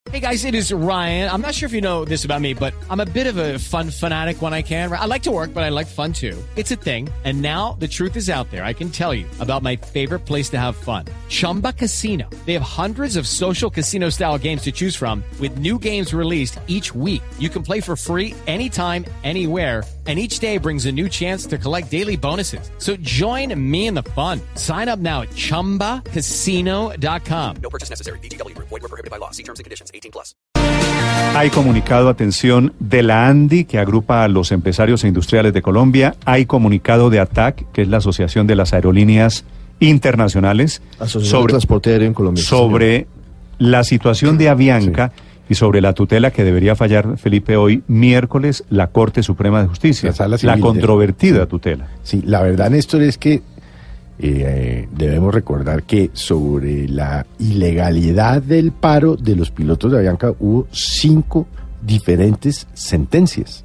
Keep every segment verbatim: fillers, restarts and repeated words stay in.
Hey guys, it is Ryan. I'm not sure if you know this about me, but I'm a bit of a fun fanatic when I can. I like to work, but I like fun too. It's a thing. And now the truth is out there. I can tell you about my favorite place to have fun. Chumba Casino. They have hundreds of social casino style games to choose from with new games released each week. You can play for free anytime, anywhere. And each day brings a new chance to collect daily bonuses. So join me in the fun. Sign up now at chumba casino dot com. No purchase necessary. V G W. Void where prohibited by law. See terms and conditions. eighteen plus. Hay comunicado, atención, de la ANDI, que agrupa a los empresarios e industriales de Colombia. Hay comunicado de ATAC, que es la Asociación de las Aerolíneas Internacionales, Asociación de Transporte Aéreo en Colombia, sobre señor. la situación de Avianca. Sí. Y sobre la tutela que debería fallar, Felipe, hoy miércoles la Corte Suprema de Justicia, la, la controvertida de... tutela. Sí, la verdad, Néstor, es que eh, debemos recordar que sobre la ilegalidad del paro de los pilotos de Avianca hubo cinco diferentes sentencias.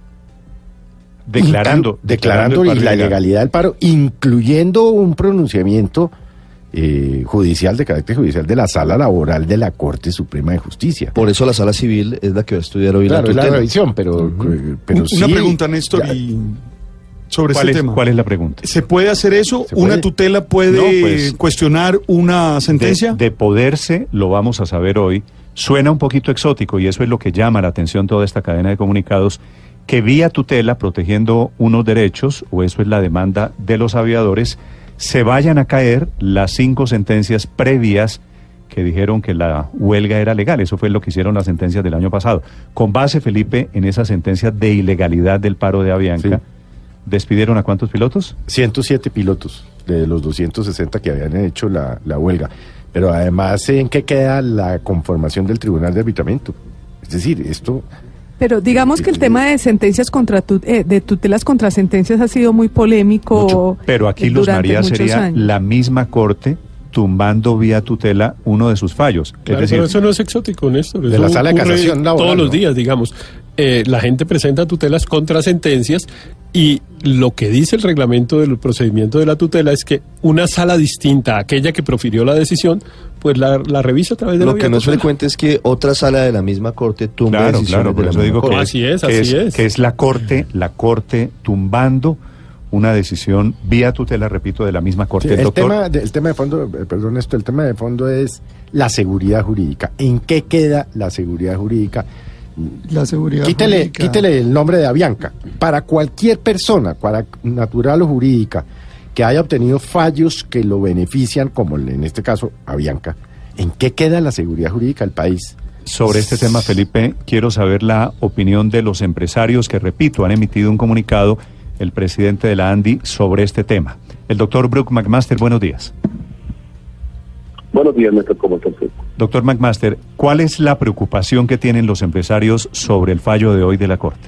Declarando, Inclu- declarando, declarando la ilegalidad del paro, incluyendo un pronunciamiento Eh, judicial, de carácter judicial, de la Sala Laboral de la Corte Suprema de Justicia. Por eso la Sala Civil es la que va a estudiar hoy claro, la tutela. la revisión, pero, uh-huh. pero Una sí, pregunta, Néstor, ya, y sobre ¿cuál este es, tema. ¿Cuál es la pregunta? ¿Se puede hacer eso? ¿Se puede? ¿Una tutela puede no, pues, cuestionar una sentencia? De, de poderse, lo vamos a saber hoy. Suena un poquito exótico y eso es lo que llama la atención toda esta cadena de comunicados, que vía tutela, protegiendo unos derechos, o eso es la demanda de los aviadores, se vayan a caer las cinco sentencias previas que dijeron que la huelga era legal. Eso fue lo que hicieron las sentencias del año pasado. Con base, Felipe, en esa sentencia de ilegalidad del paro de Avianca, sí. ¿Despidieron a cuántos pilotos? ciento siete pilotos de los doscientos sesenta que habían hecho la, la huelga. Pero además, ¿en qué queda la conformación del Tribunal de Arbitramiento? Es decir, esto... Pero digamos que el tema de sentencias contra tu, eh, de tutelas contra sentencias ha sido muy polémico. Mucho. Pero aquí, Luz María, sería años. la misma Corte tumbando vía tutela uno de sus fallos. Claro, es decir, pero eso no es exótico, Néstor. De la Sala de Casación laboral, todos los ¿no? días, digamos. Eh, la gente presenta tutelas contra sentencias y lo que dice el reglamento del procedimiento de la tutela es que una sala distinta a aquella que profirió la decisión, pues la, la revisa a través de lo la que no es tutela. frecuente es que otra sala de la misma Corte tumbe claro, decisiones claro, por de la eso misma digo Corte. que Así es, que así es, es. que es la Corte, la Corte tumbando una decisión vía tutela, repito, de la misma Corte. Sí, el, doctor, tema de, el tema de fondo, eh, perdón, esto, el tema de fondo es la seguridad jurídica. ¿En qué queda la seguridad jurídica? La seguridad quítele, jurídica. Quítele el nombre de Avianca. Para cualquier persona, para natural o jurídica, que haya obtenido fallos que lo benefician, como en este caso Avianca, ¿en qué queda la seguridad jurídica del país? Sobre este tema, Felipe, quiero saber la opinión de los empresarios que, repito, han emitido un comunicado, el presidente de la ANDI, sobre este tema. El doctor Brook McMaster, buenos días. Buenos días, Néstor, ¿cómo está usted? Doctor McMaster, ¿cuál es la preocupación que tienen los empresarios sobre el fallo de hoy de la Corte?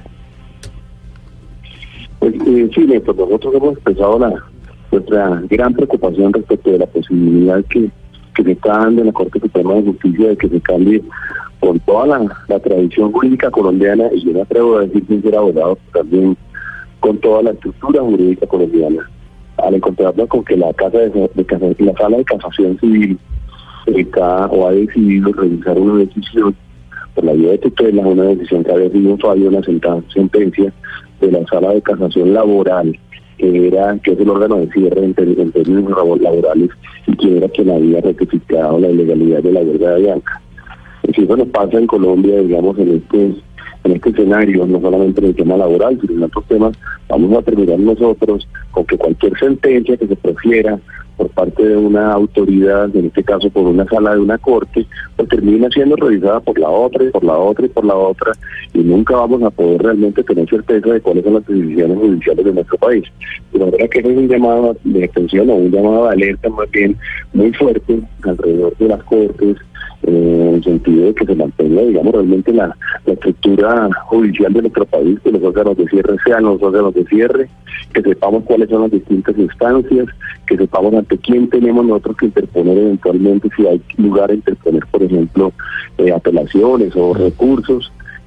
Pues eh, sí, Néstor, nosotros hemos expresado la, nuestra gran preocupación respecto de la posibilidad que, que se está dando en la Corte Suprema de Justicia de que se cambie con toda la, la tradición jurídica colombiana, y yo me atrevo a decir sin ser abogado, también con toda la estructura jurídica colombiana, al encontrarnos con que la casa de, de, de la Sala de Casación Civil está o ha decidido revisar una decisión por la vía de tutela, una decisión que había sido un fallo, una sentencia de la Sala de Casación Laboral, que era que es el órgano de cierre en, en términos laborales y que era quien había rectificado la ilegalidad de la huelga de Avianca. Si eso nos pasa en Colombia, digamos, en este en este escenario, no solamente en el tema laboral, sino en otros temas, vamos a terminar nosotros con que cualquier sentencia que se profiera por parte de una autoridad, en este caso por una sala de una corte, pues termina siendo revisada por la otra, y por la otra, y por la otra, y nunca vamos a poder realmente tener certeza de cuáles son las decisiones judiciales de nuestro país. De manera que es un llamado de atención o un llamado de alerta más bien muy fuerte alrededor de las cortes, eh, en el sentido de que se mantenga, digamos, realmente la, la estructura judicial de nuestro país, que los órganos de cierre sean los órganos de cierre, que sepamos cuáles son las distintas instancias, que sepamos ante quién tenemos nosotros que interponer eventualmente, si hay lugar a interponer, por ejemplo, eh, apelaciones o recursos,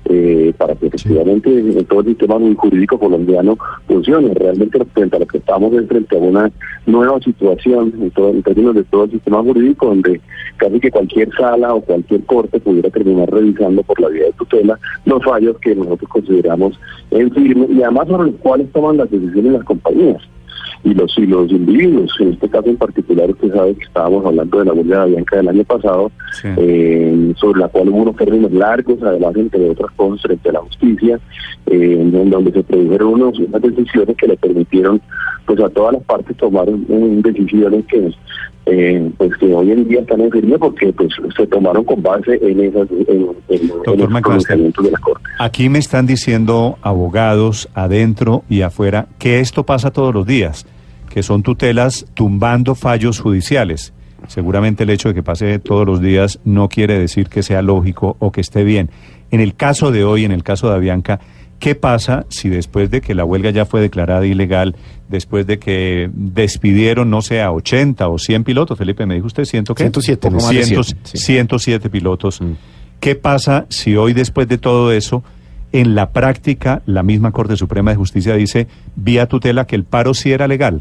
eh, para que efectivamente sí. todo el sistema jurídico colombiano funcione. Realmente frente a lo que estamos es frente a una nueva situación en, todo, en términos de todo el sistema jurídico, donde casi que cualquier sala o cualquier corte pudiera terminar revisando por la vía de tutela los fallos que nosotros consideramos en firme y además sobre los cuales toman las decisiones las compañías y los y los individuos. En este caso en particular, usted sabe que estábamos hablando de la huelga de Avianca del año pasado, sí. eh, sobre la cual hubo unos términos largos, además, entre otras cosas, frente a la justicia, eh, en donde se produjeron unos, unas decisiones que le permitieron pues a todas las partes tomar um, decisiones que eh, pues que hoy en día están en firme porque pues se tomaron con base en esas en, en, en los pronunciamientos de la Corte. Aquí me están diciendo abogados adentro y afuera que esto pasa todos los días, que son tutelas tumbando fallos judiciales. Seguramente el hecho de que pase todos los días no quiere decir que sea lógico o que esté bien. En el caso de hoy, en el caso de Avianca, ¿qué pasa si después de que la huelga ya fue declarada ilegal, después de que despidieron, no sé, a ochenta o cien pilotos? Felipe, me dijo usted, ¿ciento qué? ciento siete. ciento, ciento siete pilotos. Mm. ¿Qué pasa si hoy, después de todo eso, en la práctica, la misma Corte Suprema de Justicia dice, vía tutela, que el paro sí era legal?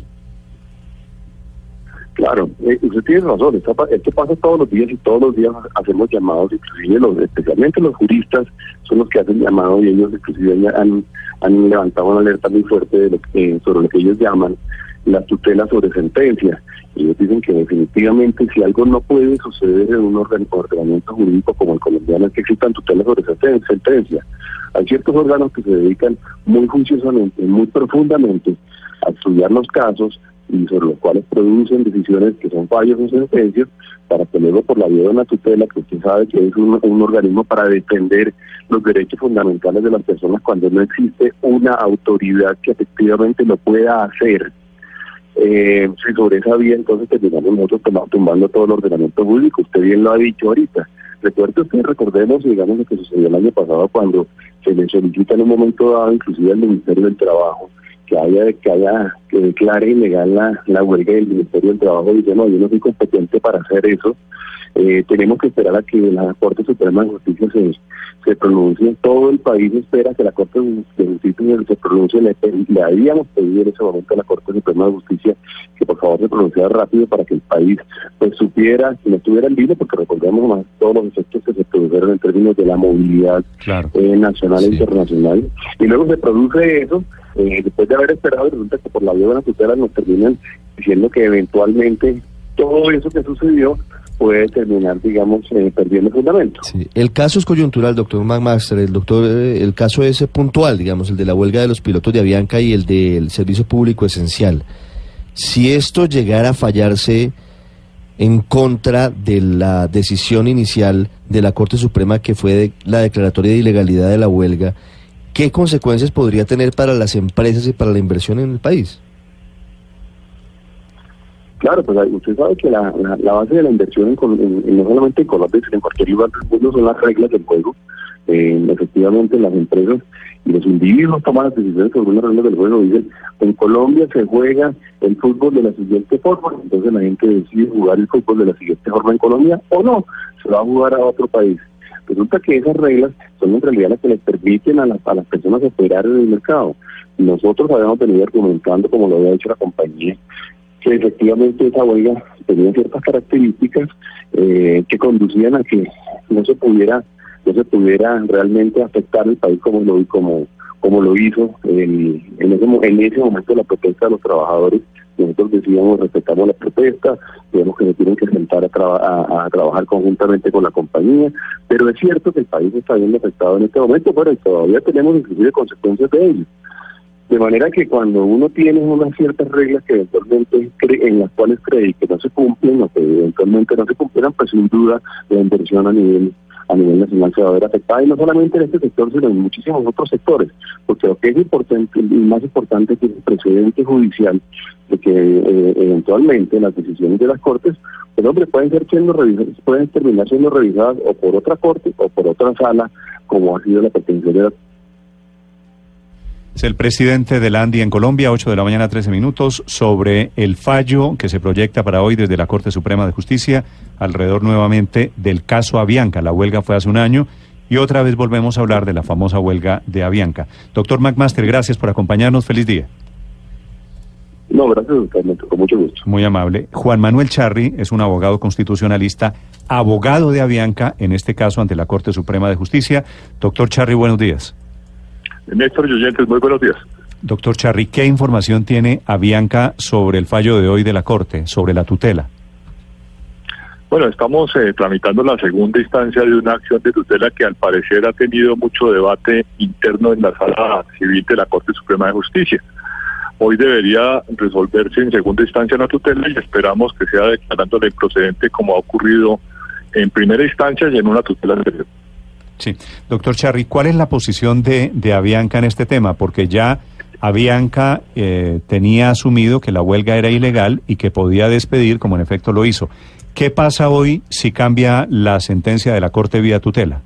Claro, eh, usted tiene razón, esto, esto pasa todos los días y todos los días hacemos llamados, inclusive los, especialmente los juristas son los que hacen llamados y ellos inclusive han, han levantado una alerta muy fuerte de lo que, sobre lo que ellos llaman las tutelas sobre sentencia. Y ellos dicen que definitivamente si algo no puede suceder en un ordenamiento jurídico como el colombiano es que existan tutelas sobre sentencia. Hay ciertos órganos que se dedican muy juiciosamente, muy profundamente a estudiar los casos y sobre los cuales producen decisiones que son fallos o sentencias para que luego por la vía de una tutela, que usted sabe que es un, un organismo para defender los derechos fundamentales de las personas cuando no existe una autoridad que efectivamente lo pueda hacer. Eh, si sobre esa vía entonces terminamos nosotros tumbando todo el ordenamiento público. Usted bien lo ha dicho ahorita. Recuerde usted, recordemos, digamos, lo que sucedió el año pasado cuando se le solicita en un momento dado, inclusive al Ministerio del Trabajo, que haya que haya que declare ilegal la, la huelga del Ministerio del Trabajo. Dice, no, yo no soy competente para hacer eso. Eh, tenemos que esperar a que la Corte Suprema de Justicia se, se pronuncie. Todo el país espera que la Corte de Justicia se pronuncie. Le, le habíamos pedido en ese momento a la Corte Suprema de Justicia que por favor se pronunciara rápido para que el país pues supiera, que no estuviera en vilo, porque recordemos más todos los efectos que se produjeron en términos de la movilidad claro. eh, nacional sí. e internacional. Y luego se produce eso. Eh, después de haber esperado, resulta que por la vía de la tutela nos terminan diciendo que eventualmente todo eso que sucedió puede terminar, digamos, eh, perdiendo fundamento. Sí. El caso es coyuntural, doctor McMaster, el doctor, eh, el caso es puntual, digamos, el de la huelga de los pilotos de Avianca y el del servicio público esencial. Si esto llegara a fallarse en contra de la decisión inicial de la Corte Suprema, que fue de la declaratoria de ilegalidad de la huelga, ¿qué consecuencias podría tener para las empresas y para la inversión en el país? Claro, pues usted sabe que la, la, la base de la inversión, en, en, en, no solamente en Colombia, sino en cualquier lugar del mundo, son las reglas del juego. Eh, efectivamente, las empresas y los individuos toman las decisiones sobre unas reglas del juego. Dicen, en Colombia se juega el fútbol de la siguiente forma, entonces la gente decide jugar el fútbol de la siguiente forma en Colombia, o no, se va a jugar a otro país. Resulta que esas reglas son en realidad las que les permiten a, la, a las personas operar en el mercado. Nosotros habíamos venido argumentando, como lo había hecho la compañía, que efectivamente esa huelga tenía ciertas características eh, que conducían a que no se pudiera no se pudiera realmente afectar el país como lo como como lo hizo el, en ese en ese momento la protesta de los trabajadores. Nosotros decíamos, respetamos la protesta, digamos que se tienen que sentar a, traba, a, a trabajar conjuntamente con la compañía, pero es cierto que el país está bien afectado en este momento, pero todavía tenemos inclusive consecuencias de ello. De manera que cuando uno tiene unas ciertas reglas que eventualmente cree, en las cuales cree que no se cumplen o que eventualmente no se cumplieran, pues sin duda la inversión a nivel a nivel nacional se va a ver afectada, y no solamente en este sector, sino en muchísimos otros sectores, porque lo que es importante y más importante es que el precedente judicial de que eh, eventualmente las decisiones de las cortes, pues hombre, pueden ser siendo revisadas, pueden terminar siendo revisadas o por otra corte o por otra sala, como ha sido la pretensión de la. Es el presidente del ANDI en Colombia, ocho de la mañana, trece minutos, sobre el fallo que se proyecta para hoy desde la Corte Suprema de Justicia, alrededor nuevamente del caso Avianca. La huelga fue hace un año y y otra vez volvemos a hablar de la famosa huelga de Avianca. Doctor McMaster, gracias por acompañarnos. Feliz día. No, gracias, Carlos, con mucho gusto. Muy amable. Juan Manuel Charri es un abogado constitucionalista, abogado de Avianca, en este caso ante la Corte Suprema de Justicia. Doctor Charri, buenos días. Néstor y oyentes, muy buenos días. Doctor Charri, ¿qué información tiene Avianca sobre el fallo de hoy de la Corte, sobre la tutela? Bueno, estamos eh, tramitando la segunda instancia de una acción de tutela que al parecer ha tenido mucho debate interno en la Sala Civil de la Corte Suprema de Justicia. Hoy debería resolverse en segunda instancia la tutela y esperamos que sea declarándole improcedente como ha ocurrido en primera instancia y en una tutela anterior. Sí. Doctor Charri, ¿cuál es la posición de, de Avianca en este tema? Porque ya Avianca eh, tenía asumido que la huelga era ilegal y que podía despedir, como en efecto lo hizo. ¿Qué pasa hoy si cambia la sentencia de la Corte vía tutela?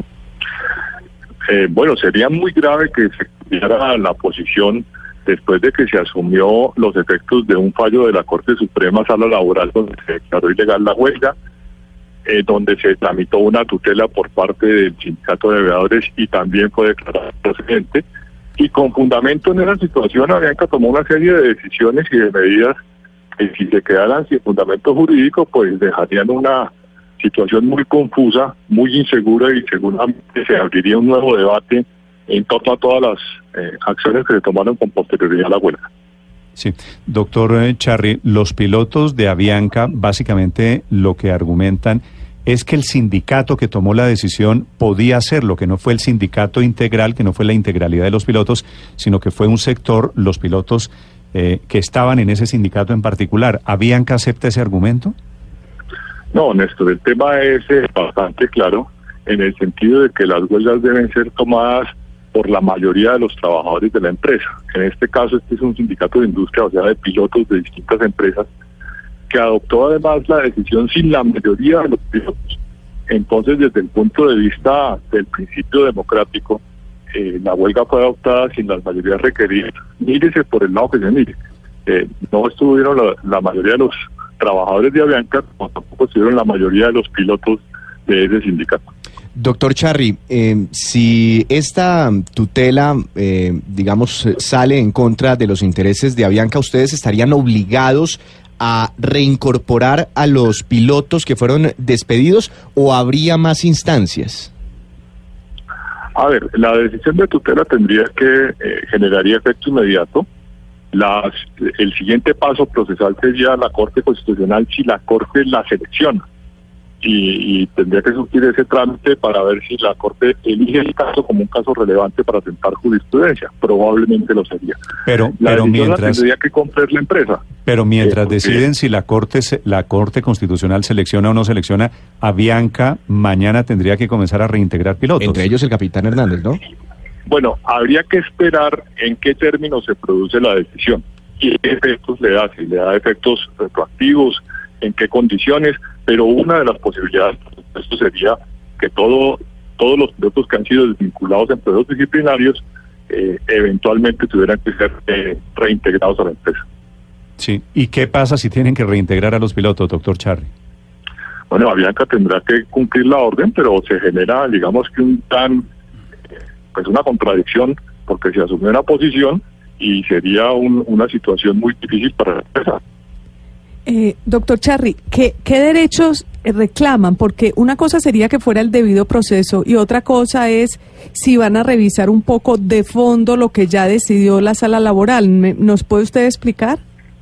Eh, bueno, sería muy grave que se cambiara la posición después de que se asumió los efectos de un fallo de la Corte Suprema Sala Laboral donde se declaró ilegal la huelga, eh, donde se tramitó una tutela por parte del Sindicato de Aviadores y también fue declarado procedente. Y con fundamento en esa situación, Avianca tomó una serie de decisiones y de medidas que si se quedaran sin fundamento jurídico, pues dejarían una situación muy confusa, muy insegura y seguramente se abriría un nuevo debate en torno a todas las eh, acciones que se tomaron con posterioridad a la huelga. Sí, doctor Charri, los pilotos de Avianca básicamente lo que argumentan es que el sindicato que tomó la decisión podía hacerlo, que no fue el sindicato integral, que no fue la integralidad de los pilotos, sino que fue un sector, los pilotos eh, que estaban en ese sindicato en particular. ¿Avianca acepta ese argumento? No, Néstor, el tema es eh, bastante claro en el sentido de que las huelgas deben ser tomadas por la mayoría de los trabajadores de la empresa. En este caso, este es un sindicato de industria, o sea, de pilotos de distintas empresas, que adoptó además la decisión sin la mayoría de los pilotos. Entonces, desde el punto de vista del principio democrático, eh, la huelga fue adoptada sin las mayorías requeridas. Mírese por el lado que se mire. Eh, no estuvieron la, la mayoría de los trabajadores de Avianca, como tampoco estuvieron la mayoría de los pilotos de ese sindicato. Doctor Charri, eh, si esta tutela, eh, digamos, sale en contra de los intereses de Avianca, ¿ustedes estarían obligados a reincorporar a los pilotos que fueron despedidos o habría más instancias? A ver, la decisión de tutela tendría que eh, generaría efecto inmediato. Las, el siguiente paso procesal sería la Corte Constitucional si la Corte la selecciona. Y, y tendría que surgir ese trámite para ver si la Corte elige el caso como un caso relevante para sentar jurisprudencia. Probablemente lo sería. Pero, la pero decisión mientras la tendría que comprar la empresa. Pero mientras eh, porque, deciden si la Corte se, la Corte Constitucional selecciona o no selecciona, Avianca mañana tendría que comenzar a reintegrar pilotos. Entre ellos el capitán Hernández, ¿no? Bueno, habría que esperar en qué términos se produce la decisión y qué efectos le da, si le da efectos retroactivos, en qué condiciones, pero una de las posibilidades de esto sería que todo, todos los pilotos que han sido desvinculados en procesos disciplinarios eh, eventualmente tuvieran que ser eh, reintegrados a la empresa. Sí, ¿y qué pasa si tienen que reintegrar a los pilotos, doctor Charri? Bueno, Avianca tendrá que cumplir la orden, pero se genera, digamos que un tan, pues una contradicción, porque se asume una posición y sería un, una situación muy difícil para la empresa. Eh, doctor Charri, ¿qué, ¿qué derechos reclaman? Porque una cosa sería que fuera el debido proceso y otra cosa es si van a revisar un poco de fondo lo que ya decidió la sala laboral. ¿Me, ¿Nos puede usted explicar?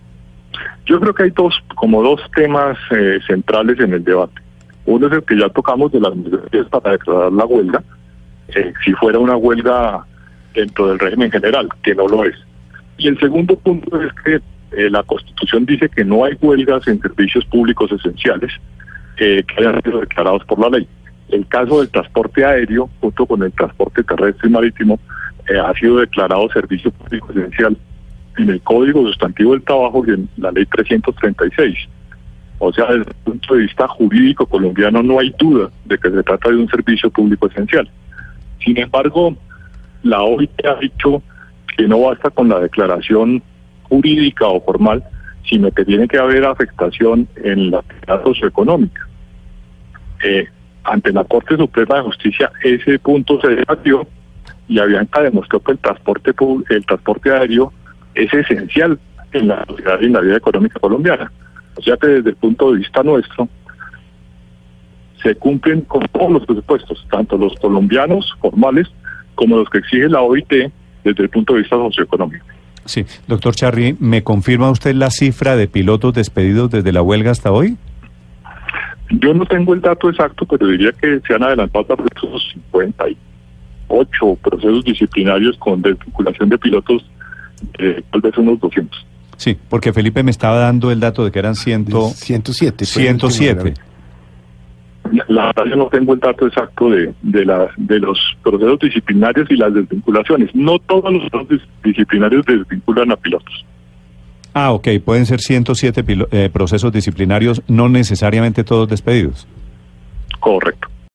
Yo creo que hay dos, como dos temas eh, centrales en el debate. Uno es el que ya tocamos de las medidas para declarar la huelga, eh, si fuera una huelga dentro del régimen general, que no lo es. Y el segundo punto es que Eh, la Constitución dice que no hay huelgas en servicios públicos esenciales eh, que hayan sido declarados por la ley. El caso del transporte aéreo, junto con el transporte terrestre y marítimo, eh, ha sido declarado servicio público esencial en el Código Sustantivo del Trabajo y en la Ley trescientos treinta y seis. O sea, desde el punto de vista jurídico colombiano no hay duda de que se trata de un servicio público esencial. Sin embargo, la O I T ha dicho que no basta con la declaración jurídica o formal, sino que tiene que haber afectación en la actividad socioeconómica. Eh, ante la Corte Suprema de Justicia ese punto se debatió y Avianca demostró que el transporte pub- el transporte aéreo es esencial en la sociedad y en la vida económica colombiana. O sea que desde el punto de vista nuestro se cumplen con todos los presupuestos, tanto los colombianos formales como los que exige la O I T desde el punto de vista socioeconómico. Sí, doctor Charri, ¿me confirma usted la cifra de pilotos despedidos desde la huelga hasta hoy? Yo no tengo el dato exacto, pero diría que se han adelantado esos cincuenta y ocho procesos disciplinarios con desvinculación de pilotos, eh, tal vez unos doscientos. Sí, porque Felipe me estaba dando el dato de que eran ciento... ciento siete. ciento siete. La verdad yo no tengo el dato exacto de, de, la, de los procesos disciplinarios y las desvinculaciones. No todos los procesos disciplinarios desvinculan a pilotos. Ah, ok, pueden ser ciento siete pilo- eh, procesos disciplinarios, no necesariamente todos despedidos. Correcto.